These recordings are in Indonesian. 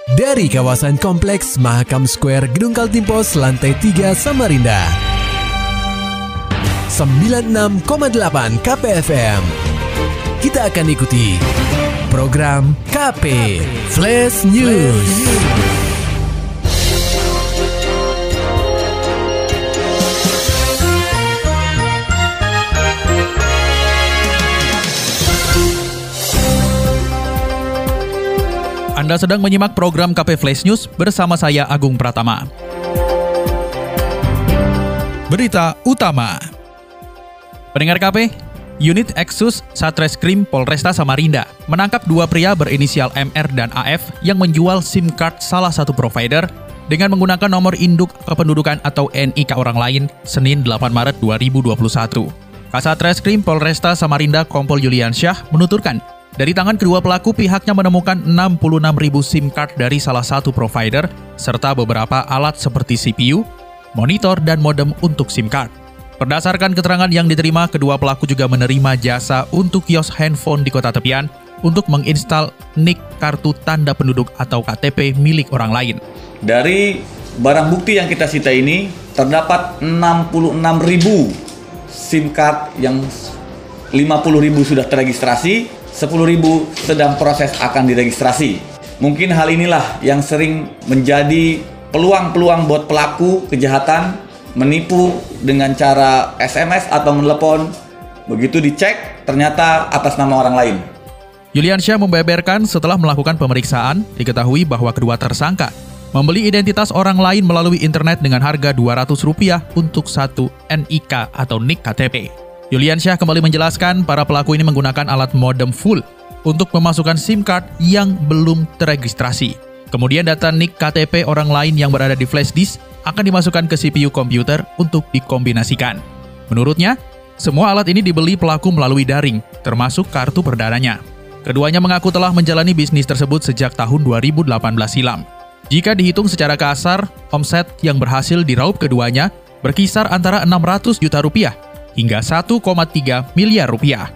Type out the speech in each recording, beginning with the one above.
Dari kawasan Kompleks Mahakam Square Gedung Kaltimpos Lantai 3 Samarinda. 96,8 KPFM. Kita akan ikuti program KP Flash News. Anda sedang menyimak program KP Flash News bersama saya Agung Pratama. Berita utama. Pendengar KP, unit Eksus Satreskrim Polresta Samarinda menangkap dua pria berinisial MR dan AF yang menjual SIM card salah satu provider dengan menggunakan nomor induk kependudukan atau NIK orang lain Senin 8 Maret 2021. Kasatreskrim Polresta Samarinda Kompol Yuliansyah menuturkan, dari tangan kedua pelaku, pihaknya menemukan 66.000 SIM card dari salah satu provider, serta beberapa alat seperti CPU, monitor, dan modem untuk SIM card. Berdasarkan keterangan yang diterima, kedua pelaku juga menerima jasa untuk kios handphone di kota tepian untuk menginstal NIK kartu tanda penduduk atau KTP milik orang lain. Dari barang bukti yang kita sita ini, terdapat 66.000 SIM card yang 50.000 sudah terregistrasi, 10.000 sedang proses akan diregistrasi. Mungkin hal inilah yang sering menjadi peluang-peluang buat pelaku kejahatan menipu dengan cara SMS atau menelepon. Begitu dicek, ternyata atas nama orang lain. Yuliansyah membeberkan setelah melakukan pemeriksaan, diketahui bahwa kedua tersangka membeli identitas orang lain melalui internet dengan harga Rp200 untuk satu NIK atau NIK KTP. Yuliansyah kembali menjelaskan para pelaku ini menggunakan alat modem full untuk memasukkan SIM card yang belum terregistrasi. Kemudian data NIK KTP orang lain yang berada di flash disk akan dimasukkan ke CPU komputer untuk dikombinasikan. Menurutnya, semua alat ini dibeli pelaku melalui daring, termasuk kartu perdananya. Keduanya mengaku telah menjalani bisnis tersebut sejak tahun 2018 silam. Jika dihitung secara kasar, omset yang berhasil diraup keduanya berkisar antara Rp600 juta hingga Rp1,3 miliar.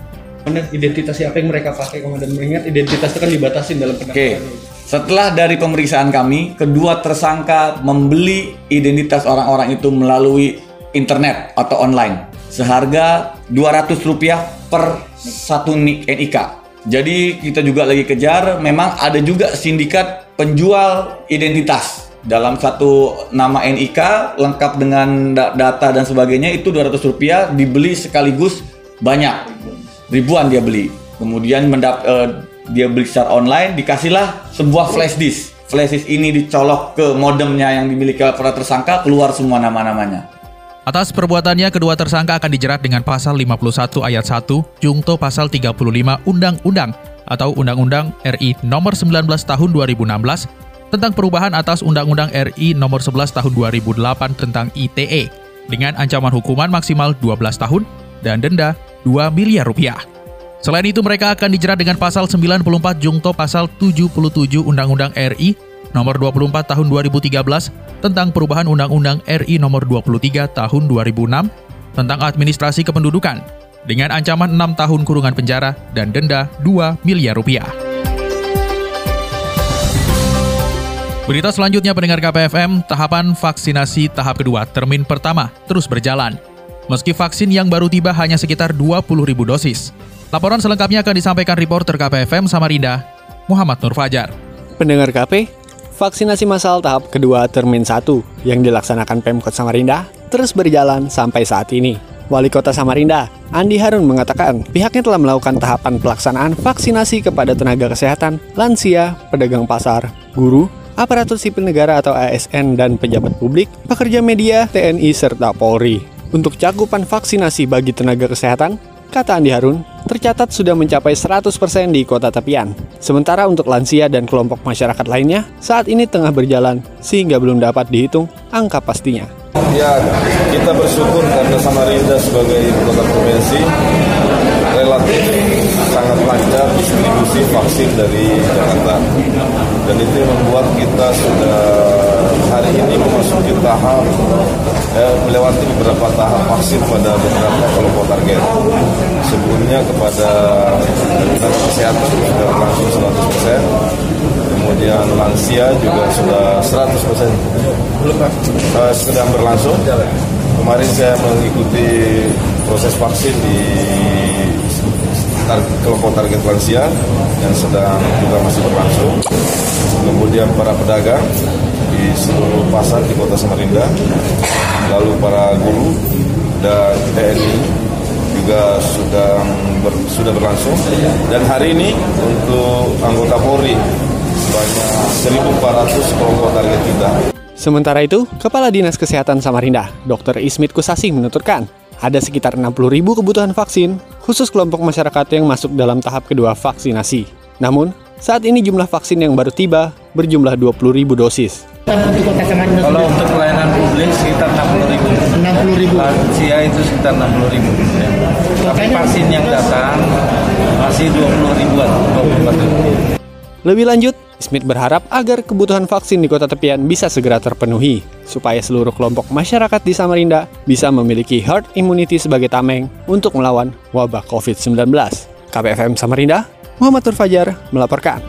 Identitas siapa yang mereka pakai, Komandan? Mengingat identitas itu kan dibatasin dalam penangkapan. Setelah dari pemeriksaan kami, kedua tersangka membeli identitas orang-orang itu melalui internet atau online seharga Rp200 per satu NIK. Jadi kita juga lagi kejar, memang ada juga sindikat penjual identitas. Dalam satu nama NIK lengkap dengan data dan sebagainya itu Rp200 dibeli sekaligus banyak, ribuan dia beli. Kemudian dia beli secara online, dikasihlah sebuah flash disk. Flash disk ini dicolok ke modemnya yang dimiliki para tersangka, keluar semua nama-namanya. Atas perbuatannya, kedua tersangka akan dijerat dengan pasal 51 ayat 1 jungto pasal 35 Undang-Undang atau Undang-Undang RI nomor 19 tahun 2016 tentang perubahan atas Undang-Undang RI nomor 11 tahun 2008 tentang ITE dengan ancaman hukuman maksimal 12 tahun dan denda Rp2 miliar. Selain itu, mereka akan dijerat dengan pasal 94 jungto pasal 77 Undang-Undang RI nomor 24 tahun 2013 tentang perubahan Undang-Undang RI nomor 23 tahun 2006 tentang administrasi kependudukan dengan ancaman 6 tahun kurungan penjara dan denda Rp2 miliar. Berita selanjutnya, pendengar KPFM, tahapan vaksinasi tahap kedua termin pertama terus berjalan. Meski vaksin yang baru tiba hanya sekitar 20.000 dosis. Laporan selengkapnya akan disampaikan reporter KPFM Samarinda, Muhammad Nur Fajar. Pendengar KP, vaksinasi massal tahap kedua termin 1 yang dilaksanakan Pemkot Samarinda terus berjalan sampai saat ini. Wali Kota Samarinda, Andi Harun mengatakan pihaknya telah melakukan tahapan pelaksanaan vaksinasi kepada tenaga kesehatan, lansia, pedagang pasar, guru, aparatur sipil negara atau ASN dan pejabat publik, pekerja media, TNI, serta Polri. Untuk cakupan vaksinasi bagi tenaga kesehatan, kata Andi Harun, tercatat sudah mencapai 100% di Kota Tepian. Sementara untuk lansia dan kelompok masyarakat lainnya, saat ini tengah berjalan sehingga belum dapat dihitung angka pastinya. Ya, kita bersyukur karena Samarinda sebagai ibu kota provinsi relatif sangat lancar distribusi vaksin dari Jakarta. Dan itu membuat kita sudah hari ini memasuki tahap melewati beberapa tahap vaksin pada beberapa kelompok target. Sebelumnya kepada tenaga kesehatan sudah langsung 100%. kemudian lansia juga sudah 100% sedang berlangsung. Kemarin saya mengikuti proses vaksin di kelompok target lansia yang sedang juga masih berlangsung. Kemudian para pedagang di seluruh pasar di Kota Samarinda, lalu para guru dan TNI juga sudah berlangsung. Dan hari ini untuk anggota Polri sebanyak 1.400 kelompok target kita. Sementara itu, Kepala Dinas Kesehatan Samarinda, Dr. Ismit Kusasih menuturkan, ada sekitar 60.000 kebutuhan vaksin khusus kelompok masyarakat yang masuk dalam tahap kedua vaksinasi. Namun, saat ini jumlah vaksin yang baru tiba berjumlah 20.000 dosis. Kalau untuk pelayanan publik sekitar 60.000. Lansia itu sekitar 60.000. Tapi vaksin yang datang masih 20.000-an. Lebih lanjut, Ismit berharap agar kebutuhan vaksin di kota tepian bisa segera terpenuhi, supaya seluruh kelompok masyarakat di Samarinda bisa memiliki herd immunity sebagai tameng untuk melawan wabah COVID-19. KPFM Samarinda, Muhammad Nur Fajar melaporkan.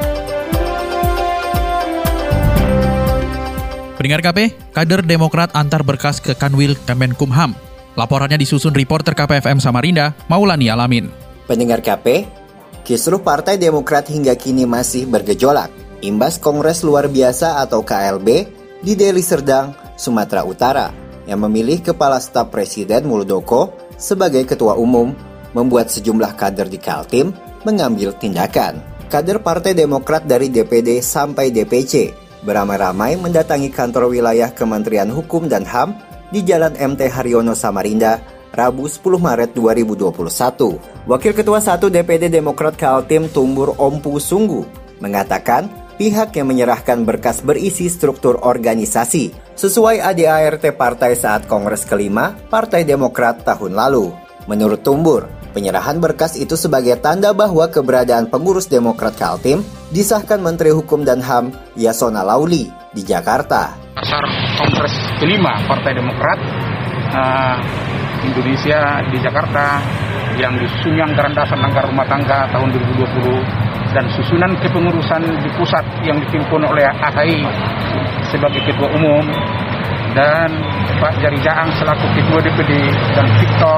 Pendengar KP, kader Demokrat antar berkas ke Kanwil Kemenkumham. Laporannya disusun reporter KPFM Samarinda, Maulani Alamin. Pendengar KP, kisruh Partai Demokrat hingga kini masih bergejolak. Imbas Kongres Luar Biasa atau KLB di Deli Serdang, Sumatera Utara, yang memilih Kepala Staf Presiden Muldoko sebagai Ketua Umum, membuat sejumlah kader di Kaltim mengambil tindakan. Kader Partai Demokrat dari DPD sampai DPC beramai-ramai mendatangi kantor wilayah Kementerian Hukum dan HAM di Jalan MT Haryono Samarinda, Rabu 10 Maret 2021. Wakil Ketua 1 DPD Demokrat Kaltim Tumbur Ompu Sunggu mengatakan pihak yang menyerahkan berkas berisi struktur organisasi sesuai ADART partai saat Kongres kelima Partai Demokrat tahun lalu. Menurut Tumbur, penyerahan berkas itu sebagai tanda bahwa keberadaan pengurus Demokrat Kaltim disahkan Menteri Hukum dan HAM Yasona Lauli di Jakarta. Dasar Kongres kelima Partai Demokrat Indonesia di Jakarta yang disusun anggaran dasar anggaran rumah tangga tahun 2020 dan susunan kepengurusan di pusat yang dipimpin oleh AHI sebagai Ketua Umum dan Pak Jari Jaang selaku Ketua DPD dan Victor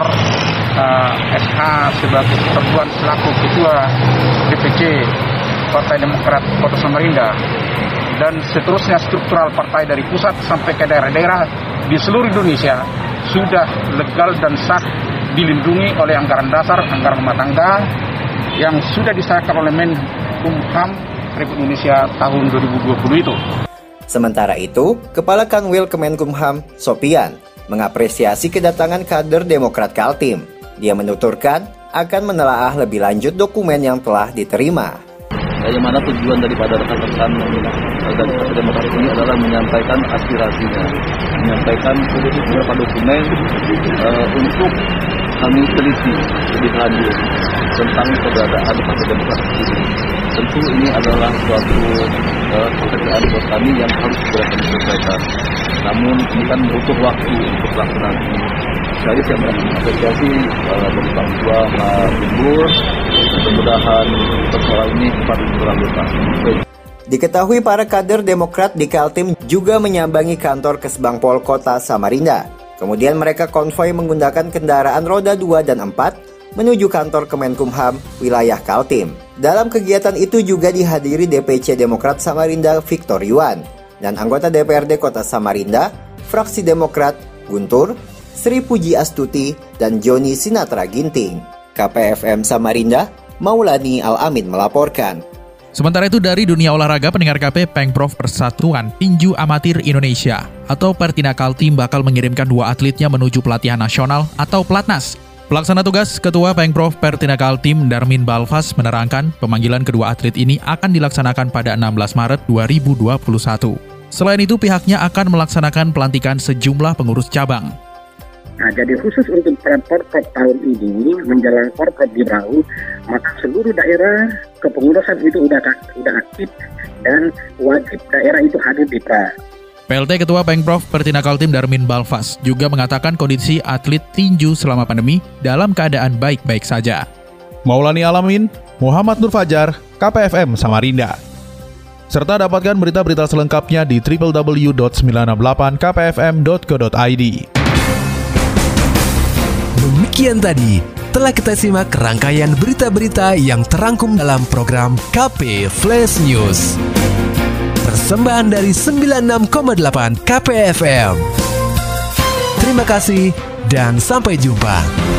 SH sebagai Pertuan selaku Ketua DPC Partai Demokrat Kota Samarinda dan seterusnya struktural partai dari pusat sampai ke daerah-daerah di seluruh Indonesia sudah legal dan sah dilindungi oleh anggaran dasar, anggaran rumah tangga yang sudah disahkan oleh Menkumham Republik Indonesia tahun 2020 itu. Sementara itu, Kepala Kanwil Kemenkumham, Sopian, mengapresiasi kedatangan kader Demokrat Kaltim. Dia menuturkan akan menelaah lebih lanjut dokumen yang telah diterima. Bagaimana tujuan daripada rekan-rekan dari Partai Demokrat ini adalah menyampaikan aspirasinya, menyampaikan beberapa dokumen untuk kami teliti lebih lanjut tentang keberadaan Partai Demokrat ini. Tentu ini adalah suatu pekerjaan buat kami yang harus segera kami selesaikan. Namun ini kan butuh waktu untuk pelaksanaan ini. Jadi saya mengapresiasi dari Pak Ketua Pak Tumbur. Mudah-mudahan persoalan ini cepat berlanjut. Diketahui para kader Demokrat di Kaltim juga menyambangi kantor Kesbangpol Kota Samarinda. Kemudian mereka konvoi menggunakan kendaraan roda 2 dan 4 menuju kantor Kemenkumham wilayah Kaltim. Dalam kegiatan itu juga dihadiri DPC Demokrat Samarinda Victor Yuan dan anggota DPRD Kota Samarinda, fraksi Demokrat Guntur, Sri Puji Astuti, dan Joni Sinatra Ginting. KPFM Samarinda, Maulani Al-Amin melaporkan. Sementara itu dari dunia olahraga, pendengar KP, Pengprov Persatuan Tinju Amatir Indonesia atau Pertina Kaltim bakal mengirimkan 2 atletnya menuju pelatihan nasional atau Pelatnas. Pelaksana tugas Ketua Pengprov Pertina Kaltim Darmin Balfas menerangkan pemanggilan kedua atlet ini akan dilaksanakan pada 16 Maret 2021. Selain itu pihaknya akan melaksanakan pelantikan sejumlah pengurus cabang. Nah, jadi khusus untuk Pemprov tahun ini menjelang Porprov di Brau, maka seluruh daerah kepengurusan itu udah aktif dan wajib daerah itu hadir di PRA. PLT Ketua Pengprov Pertina Kaltim Darmin Balfas juga mengatakan kondisi atlet tinju selama pandemi dalam keadaan baik-baik saja. Maulani Alamin, Muhammad Nur Fajar, KPFM Samarinda. Serta dapatkan berita-berita selengkapnya di www.968kpfm.co.id. Demikian tadi telah kita simak rangkaian berita-berita yang terangkum dalam program KP Flash News. Persembahan dari 96,8 KPFM. Terima kasih dan sampai jumpa.